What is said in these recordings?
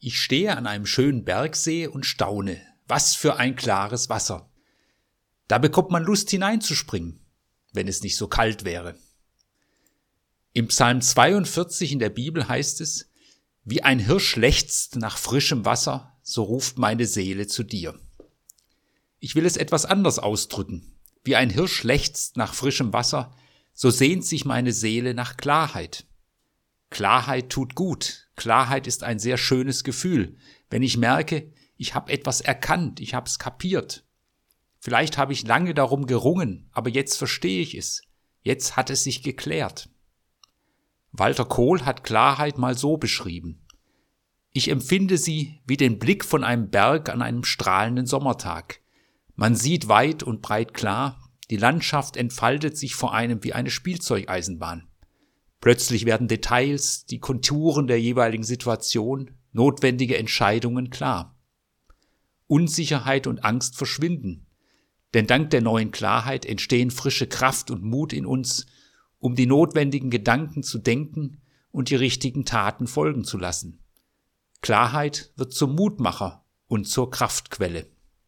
Ich stehe an einem schönen Bergsee und staune. Was für ein klares Wasser. Da bekommt man Lust hineinzuspringen, wenn es nicht so kalt wäre. Im Psalm 42 in der Bibel heißt es, wie ein Hirsch lechzt nach frischem Wasser, so ruft meine Seele zu dir. Ich will es etwas anders ausdrücken. Wie ein Hirsch lechzt nach frischem Wasser, so sehnt sich meine Seele nach Klarheit. Klarheit tut gut. Klarheit ist ein sehr schönes Gefühl, wenn ich merke, ich habe etwas erkannt, ich habe es kapiert. Vielleicht habe ich lange darum gerungen, aber jetzt verstehe ich es. Jetzt hat es sich geklärt. Walter Kohl hat Klarheit mal so beschrieben. Ich empfinde sie wie den Blick von einem Berg an einem strahlenden Sommertag. Man sieht weit und breit klar, die Landschaft entfaltet sich vor einem wie eine Spielzeugeisenbahn. Plötzlich werden Details, die Konturen der jeweiligen Situation, notwendige Entscheidungen klar. Unsicherheit und Angst verschwinden, denn dank der neuen Klarheit entstehen frische Kraft und Mut in uns, um die notwendigen Gedanken zu denken und die richtigen Taten folgen zu lassen. Klarheit wird zum Mutmacher und zur Kraftquelle.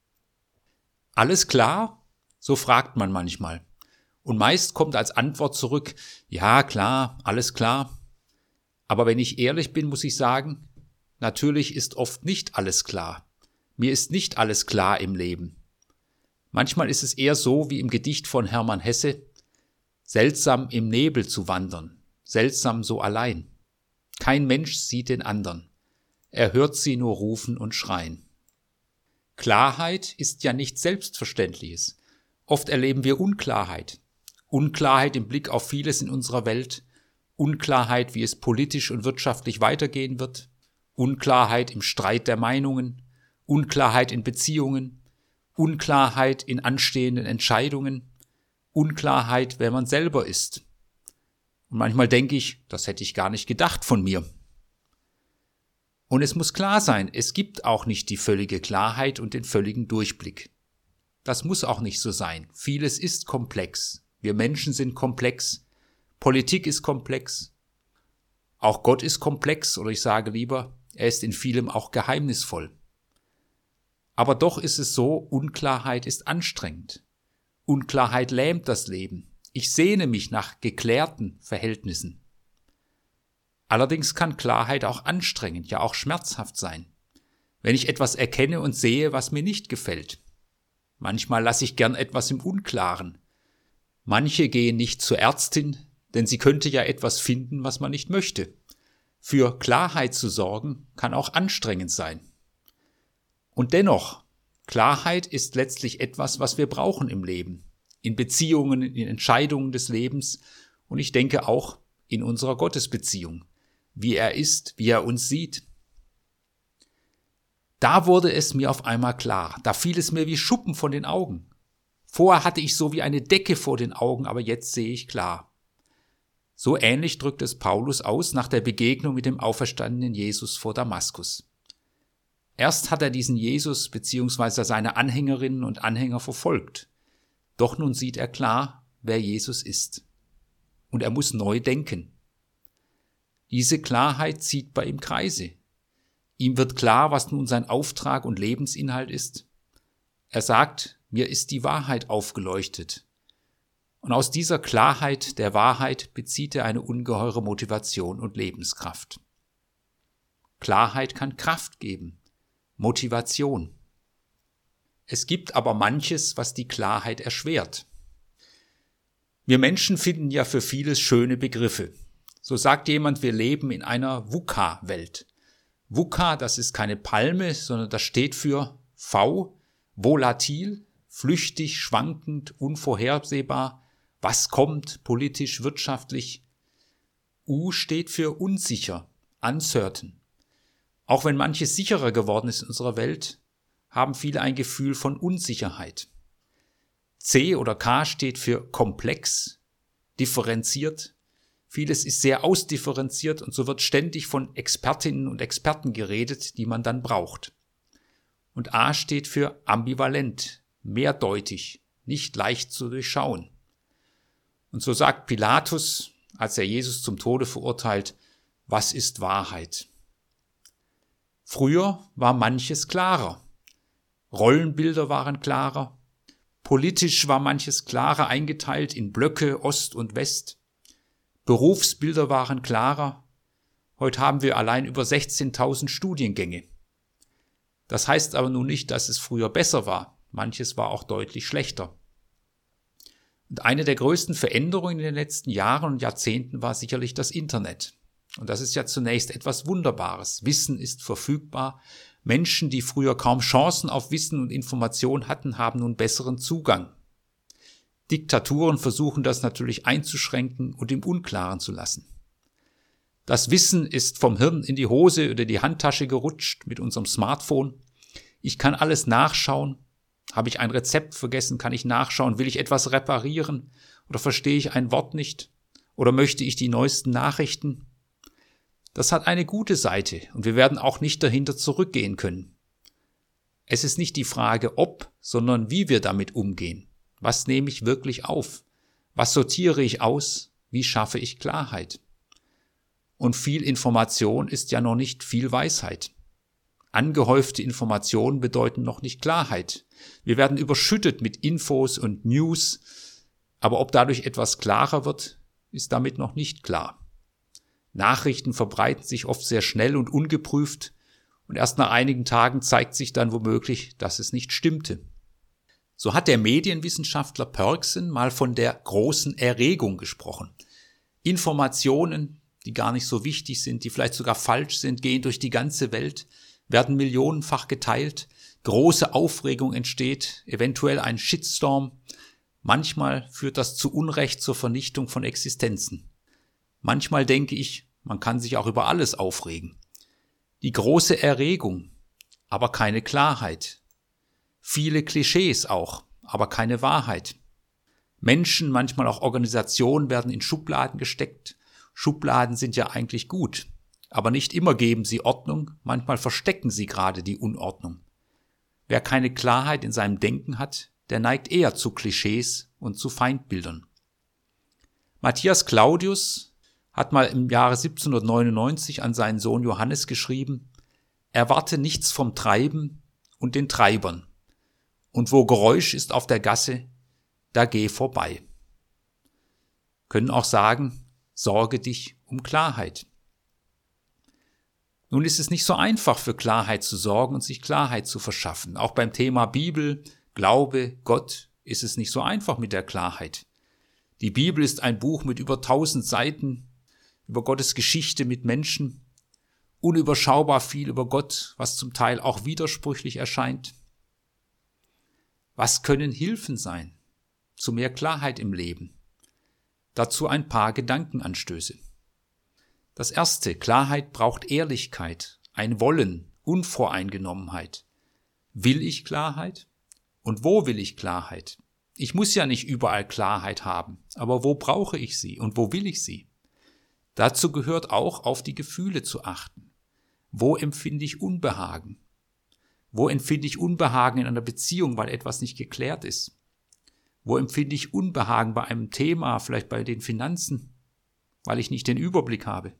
Alles klar? So fragt man manchmal. Und meist kommt als Antwort zurück, ja klar, alles klar. Aber wenn ich ehrlich bin, muss ich sagen, natürlich ist oft nicht alles klar. Mir ist nicht alles klar im Leben. Manchmal ist es eher so wie im Gedicht von Hermann Hesse, seltsam im Nebel zu wandern, seltsam so allein. Kein Mensch sieht den anderen. Er hört sie nur rufen und schreien. Klarheit ist ja nichts Selbstverständliches. Oft erleben wir Unklarheit. Unklarheit im Blick auf vieles in unserer Welt, Unklarheit, wie es politisch und wirtschaftlich weitergehen wird, Unklarheit im Streit der Meinungen, Unklarheit in Beziehungen, Unklarheit in anstehenden Entscheidungen, Unklarheit, wer man selber ist. Und manchmal denke ich, das hätte ich gar nicht gedacht von mir. Und es muss klar sein, es gibt auch nicht die völlige Klarheit und den völligen Durchblick. Das muss auch nicht so sein. Vieles ist komplex. Wir Menschen sind komplex. Politik ist komplex. Auch Gott ist komplex, oder ich sage lieber, er ist in vielem auch geheimnisvoll. Aber doch ist es so, Unklarheit ist anstrengend. Unklarheit lähmt das Leben. Ich sehne mich nach geklärten Verhältnissen. Allerdings kann Klarheit auch anstrengend, ja auch schmerzhaft sein, wenn ich etwas erkenne und sehe, was mir nicht gefällt. Manchmal lasse ich gern etwas im Unklaren. Manche gehen nicht zur Ärztin, denn sie könnte ja etwas finden, was man nicht möchte. Für Klarheit zu sorgen, kann auch anstrengend sein. Und dennoch, Klarheit ist letztlich etwas, was wir brauchen im Leben, in Beziehungen, in Entscheidungen des Lebens und ich denke auch in unserer Gottesbeziehung, wie er ist, wie er uns sieht. Da wurde es mir auf einmal klar, da fiel es mir wie Schuppen von den Augen. Vorher hatte ich so wie eine Decke vor den Augen, aber jetzt sehe ich klar. So ähnlich drückt es Paulus aus nach der Begegnung mit dem auferstandenen Jesus vor Damaskus. Erst hat er diesen Jesus bzw. seine Anhängerinnen und Anhänger verfolgt. Doch nun sieht er klar, wer Jesus ist. Und er muss neu denken. Diese Klarheit zieht bei ihm Kreise. Ihm wird klar, was nun sein Auftrag und Lebensinhalt ist. Er sagt, mir ist die Wahrheit aufgeleuchtet. Und aus dieser Klarheit der Wahrheit bezieht er eine ungeheure Motivation und Lebenskraft. Klarheit kann Kraft geben, Motivation. Es gibt aber manches, was die Klarheit erschwert. Wir Menschen finden ja für vieles schöne Begriffe. So sagt jemand, wir leben in einer VUCA-Welt. VUCA, das ist keine Palme, sondern das steht für V, volatil, flüchtig, schwankend, unvorhersehbar, was kommt, politisch, wirtschaftlich. U steht für unsicher, uncertain. Auch wenn manches sicherer geworden ist in unserer Welt, haben viele ein Gefühl von Unsicherheit. C oder K steht für komplex, differenziert. Vieles ist sehr ausdifferenziert und so wird ständig von Expertinnen und Experten geredet, die man dann braucht. Und A steht für ambivalent, mehrdeutig, nicht leicht zu durchschauen. Und so sagt Pilatus, als er Jesus zum Tode verurteilt, was ist Wahrheit? Früher war manches klarer. Rollenbilder waren klarer. Politisch war manches klarer eingeteilt in Blöcke Ost und West. Berufsbilder waren klarer. Heute haben wir allein über 16.000 Studiengänge. Das heißt aber nun nicht, dass es früher besser war. Manches war auch deutlich schlechter. Und eine der größten Veränderungen in den letzten Jahren und Jahrzehnten war sicherlich das Internet. Und das ist ja zunächst etwas Wunderbares. Wissen ist verfügbar. Menschen, die früher kaum Chancen auf Wissen und Information hatten, haben nun besseren Zugang. Diktaturen versuchen das natürlich einzuschränken und im Unklaren zu lassen. Das Wissen ist vom Hirn in die Hose oder die Handtasche gerutscht mit unserem Smartphone. Ich kann alles nachschauen. Habe ich ein Rezept vergessen, kann ich nachschauen. Will ich etwas reparieren oder verstehe ich ein Wort nicht oder möchte ich die neuesten Nachrichten? Das hat eine gute Seite und wir werden auch nicht dahinter zurückgehen können. Es ist nicht die Frage ob, sondern wie wir damit umgehen. Was nehme ich wirklich auf? Was sortiere ich aus? Wie schaffe ich Klarheit? Und viel Information ist ja noch nicht viel Weisheit. Angehäufte Informationen bedeuten noch nicht Klarheit. Wir werden überschüttet mit Infos und News, aber ob dadurch etwas klarer wird, ist damit noch nicht klar. Nachrichten verbreiten sich oft sehr schnell und ungeprüft und erst nach einigen Tagen zeigt sich dann womöglich, dass es nicht stimmte. So hat der Medienwissenschaftler Pörksen mal von der großen Erregung gesprochen. Informationen, die gar nicht so wichtig sind, die vielleicht sogar falsch sind, gehen durch die ganze Welt, werden millionenfach geteilt, große Aufregung entsteht, eventuell ein Shitstorm. Manchmal führt das zu Unrecht zur Vernichtung von Existenzen. Manchmal denke ich, man kann sich auch über alles aufregen. Die große Erregung, aber keine Klarheit. Viele Klischees auch, aber keine Wahrheit. Menschen, manchmal auch Organisationen werden in Schubladen gesteckt. Schubladen sind ja eigentlich gut, aber nicht immer geben sie Ordnung, manchmal verstecken sie gerade die Unordnung. Wer keine Klarheit in seinem Denken hat, der neigt eher zu Klischees und zu Feindbildern. Matthias Claudius hat mal im Jahre 1799 an seinen Sohn Johannes geschrieben: Erwarte nichts vom Treiben und den Treibern. Und wo Geräusch ist auf der Gasse, da geh vorbei. Können auch sagen, sorge dich um Klarheit. Nun ist es nicht so einfach, für Klarheit zu sorgen und sich Klarheit zu verschaffen. Auch beim Thema Bibel, Glaube, Gott ist es nicht so einfach mit der Klarheit. Die Bibel ist ein Buch mit über 1000 Seiten, über Gottes Geschichte mit Menschen, unüberschaubar viel über Gott, was zum Teil auch widersprüchlich erscheint. Was können Hilfen sein zu mehr Klarheit im Leben? Dazu ein paar Gedankenanstöße. Das erste: Klarheit braucht Ehrlichkeit, ein Wollen, Unvoreingenommenheit. Will ich Klarheit? Und wo will ich Klarheit? Ich muss ja nicht überall Klarheit haben, aber wo brauche ich sie und wo will ich sie? Dazu gehört auch, auf die Gefühle zu achten. Wo empfinde ich Unbehagen? Wo empfinde ich Unbehagen in einer Beziehung, weil etwas nicht geklärt ist? Wo empfinde ich Unbehagen bei einem Thema, vielleicht bei den Finanzen, weil ich nicht den Überblick habe?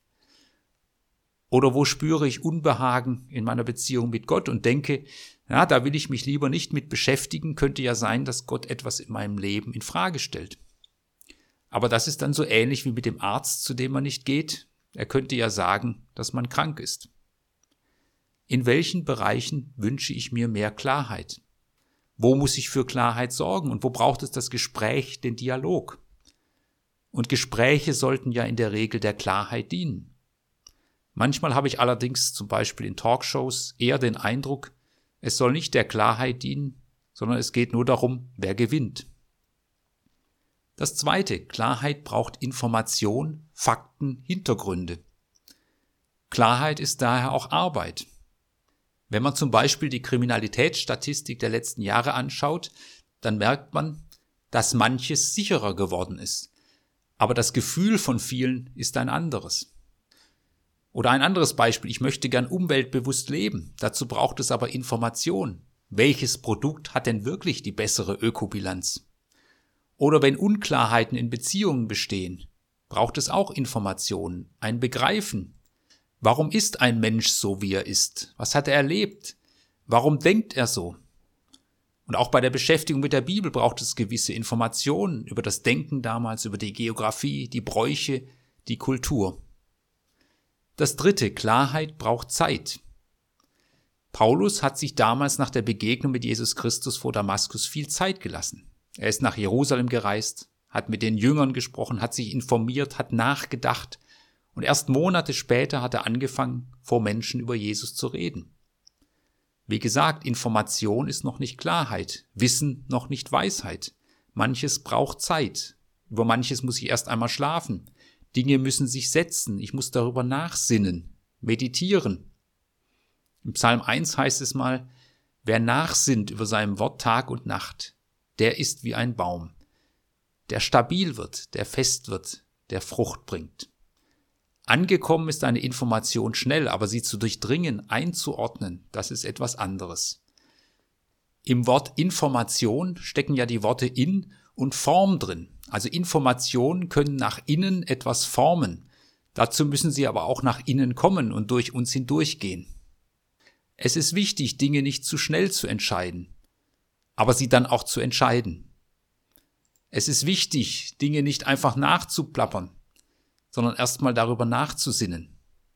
Oder wo spüre ich Unbehagen in meiner Beziehung mit Gott und denke, ja, da will ich mich lieber nicht mit beschäftigen, könnte ja sein, dass Gott etwas in meinem Leben in Frage stellt. Aber das ist dann so ähnlich wie mit dem Arzt, zu dem man nicht geht. Er könnte ja sagen, dass man krank ist. In welchen Bereichen wünsche ich mir mehr Klarheit? Wo muss ich für Klarheit sorgen und wo braucht es das Gespräch, den Dialog? Und Gespräche sollten ja in der Regel der Klarheit dienen. Manchmal habe ich allerdings zum Beispiel in Talkshows eher den Eindruck, es soll nicht der Klarheit dienen, sondern es geht nur darum, wer gewinnt. Das zweite: Klarheit braucht Information, Fakten, Hintergründe. Klarheit ist daher auch Arbeit. Wenn man zum Beispiel die Kriminalitätsstatistik der letzten Jahre anschaut, dann merkt man, dass manches sicherer geworden ist. Aber das Gefühl von vielen ist ein anderes. Oder ein anderes Beispiel: Ich möchte gern umweltbewusst leben. Dazu braucht es aber Information. Welches Produkt hat denn wirklich die bessere Ökobilanz? Oder wenn Unklarheiten in Beziehungen bestehen, braucht es auch Informationen, ein Begreifen. Warum ist ein Mensch so, wie er ist? Was hat er erlebt? Warum denkt er so? Und auch bei der Beschäftigung mit der Bibel braucht es gewisse Informationen über das Denken damals, über die Geografie, die Bräuche, die Kultur. Das dritte, Klarheit braucht Zeit. Paulus hat sich damals nach der Begegnung mit Jesus Christus vor Damaskus viel Zeit gelassen. Er ist nach Jerusalem gereist, hat mit den Jüngern gesprochen, hat sich informiert, hat nachgedacht und erst Monate später hat er angefangen, vor Menschen über Jesus zu reden. Wie gesagt, Information ist noch nicht Klarheit, Wissen noch nicht Weisheit. Manches braucht Zeit, über manches muss ich erst einmal schlafen. Dinge müssen sich setzen, ich muss darüber nachsinnen, meditieren. Im Psalm 1 heißt es mal, wer nachsinnt über seinem Wort Tag und Nacht, der ist wie ein Baum, der stabil wird, der fest wird, der Frucht bringt. Angekommen ist eine Information schnell, aber sie zu durchdringen, einzuordnen, das ist etwas anderes. Im Wort Information stecken ja die Worte in und Form drin. Also Informationen können nach innen etwas formen. Dazu müssen sie aber auch nach innen kommen und durch uns hindurchgehen. Es ist wichtig, Dinge nicht zu schnell zu entscheiden, aber sie dann auch zu entscheiden. Es ist wichtig, Dinge nicht einfach nachzuplappern, sondern erstmal darüber nachzusinnen.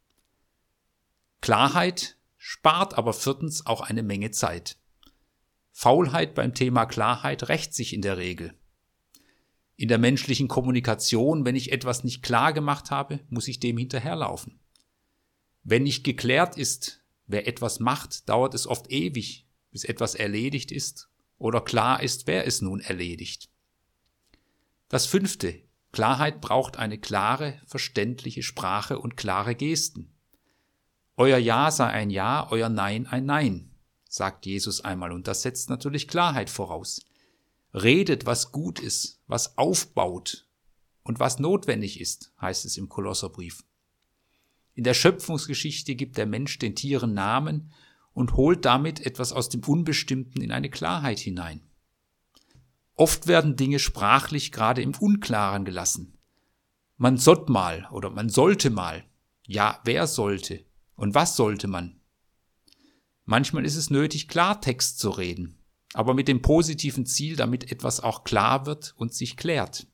Klarheit spart aber viertens auch eine Menge Zeit. Faulheit beim Thema Klarheit rächt sich in der Regel. In der menschlichen Kommunikation, wenn ich etwas nicht klar gemacht habe, muss ich dem hinterherlaufen. Wenn nicht geklärt ist, wer etwas macht, dauert es oft ewig, bis etwas erledigt ist oder klar ist, wer es nun erledigt. Das fünfte, Klarheit braucht eine klare, verständliche Sprache und klare Gesten. Euer Ja sei ein Ja, euer Nein ein Nein, sagt Jesus einmal, und das setzt natürlich Klarheit voraus. Redet, was gut ist, was aufbaut und was notwendig ist, heißt es im Kolosserbrief. In der Schöpfungsgeschichte gibt der Mensch den Tieren Namen und holt damit etwas aus dem Unbestimmten in eine Klarheit hinein. Oft werden Dinge sprachlich gerade im Unklaren gelassen. Man sollte mal oder man sollte mal. Ja, wer sollte? Und was sollte man? Manchmal ist es nötig, Klartext zu reden, aber mit dem positiven Ziel, damit etwas auch klar wird und sich klärt.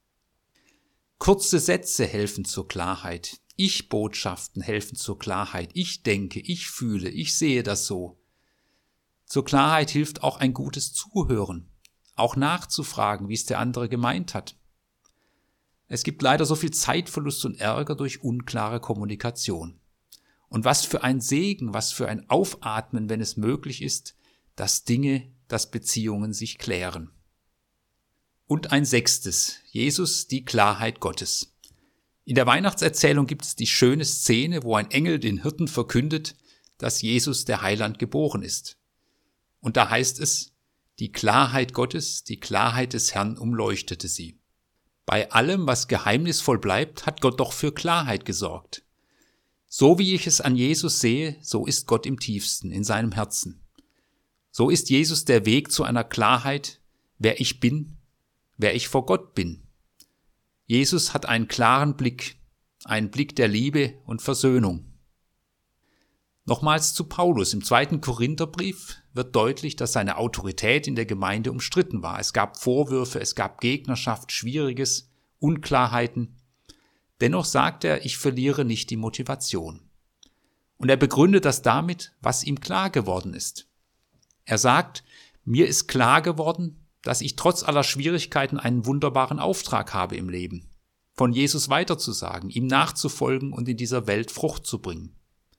Kurze Sätze helfen zur Klarheit. Ich-Botschaften helfen zur Klarheit. Ich denke, ich fühle, ich sehe das so. Zur Klarheit hilft auch ein gutes Zuhören. Auch nachzufragen, wie es der andere gemeint hat. Es gibt leider so viel Zeitverlust und Ärger durch unklare Kommunikation. Und was für ein Segen, was für ein Aufatmen, wenn es möglich ist, dass Dinge, dass Beziehungen sich klären. Und ein sechstes, Jesus, die Klarheit Gottes. In der Weihnachtserzählung gibt es die schöne Szene, wo ein Engel den Hirten verkündet, dass Jesus der Heiland geboren ist. Und da heißt es, die Klarheit Gottes, die Klarheit des Herrn umleuchtete sie. Bei allem, was geheimnisvoll bleibt, hat Gott doch für Klarheit gesorgt. So wie ich es an Jesus sehe, so ist Gott im tiefsten, in seinem Herzen. So ist Jesus der Weg zu einer Klarheit, wer ich bin, wer ich vor Gott bin. Jesus hat einen klaren Blick, einen Blick der Liebe und Versöhnung. Nochmals zu Paulus. Im 2. Korintherbrief wird deutlich, dass seine Autorität in der Gemeinde umstritten war. Es gab Vorwürfe, es gab Gegnerschaft, Schwieriges, Unklarheiten. Dennoch sagt er, ich verliere nicht die Motivation. Und er begründet das damit, was ihm klar geworden ist. Er sagt, mir ist klar geworden, dass ich trotz aller Schwierigkeiten einen wunderbaren Auftrag habe im Leben, von Jesus weiterzusagen, ihm nachzufolgen und in dieser Welt Frucht zu bringen.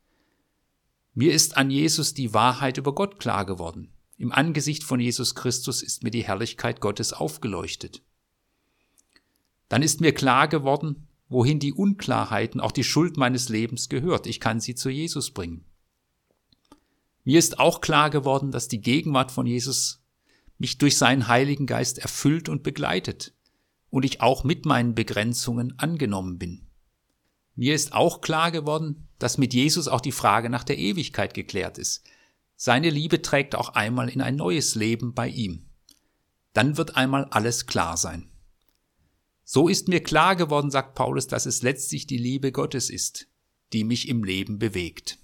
Mir ist an Jesus die Wahrheit über Gott klar geworden. Im Angesicht von Jesus Christus ist mir die Herrlichkeit Gottes aufgeleuchtet. Dann ist mir klar geworden, wohin die Unklarheiten, auch die Schuld meines Lebens gehört. Ich kann sie zu Jesus bringen. Mir ist auch klar geworden, dass die Gegenwart von Jesus mich durch seinen Heiligen Geist erfüllt und begleitet und ich auch mit meinen Begrenzungen angenommen bin. Mir ist auch klar geworden, dass mit Jesus auch die Frage nach der Ewigkeit geklärt ist. Seine Liebe trägt auch einmal in ein neues Leben bei ihm. Dann wird einmal alles klar sein. So ist mir klar geworden, sagt Paulus, dass es letztlich die Liebe Gottes ist, die mich im Leben bewegt.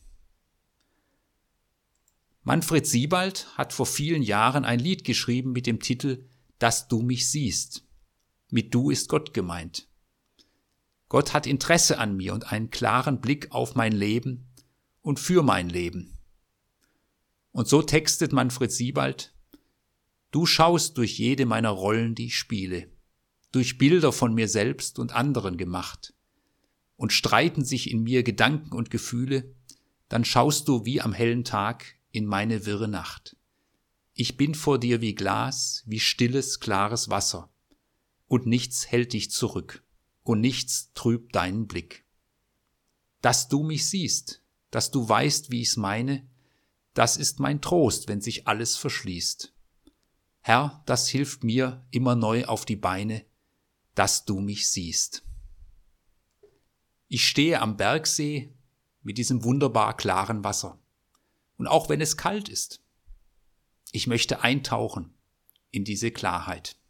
Manfred Siebald hat vor vielen Jahren ein Lied geschrieben mit dem Titel »Dass du mich siehst«. Mit Du ist Gott gemeint. Gott hat Interesse an mir und einen klaren Blick auf mein Leben und für mein Leben. Und so textet Manfred Siebald: Du schaust durch jede meiner Rollen, die ich spiele, durch Bilder von mir selbst und anderen gemacht, und streiten sich in mir Gedanken und Gefühle, dann schaust du wie am hellen Tag in meine wirre Nacht. Ich bin vor dir wie Glas, wie stilles, klares Wasser, und nichts hält dich zurück, und nichts trübt deinen Blick. Dass du mich siehst, dass du weißt, wie ich's meine, das ist mein Trost, wenn sich alles verschließt. Herr, das hilft mir immer neu auf die Beine, dass du mich siehst. Ich stehe am Bergsee mit diesem wunderbar klaren Wasser. Und auch wenn es kalt ist, ich möchte eintauchen in diese Klarheit.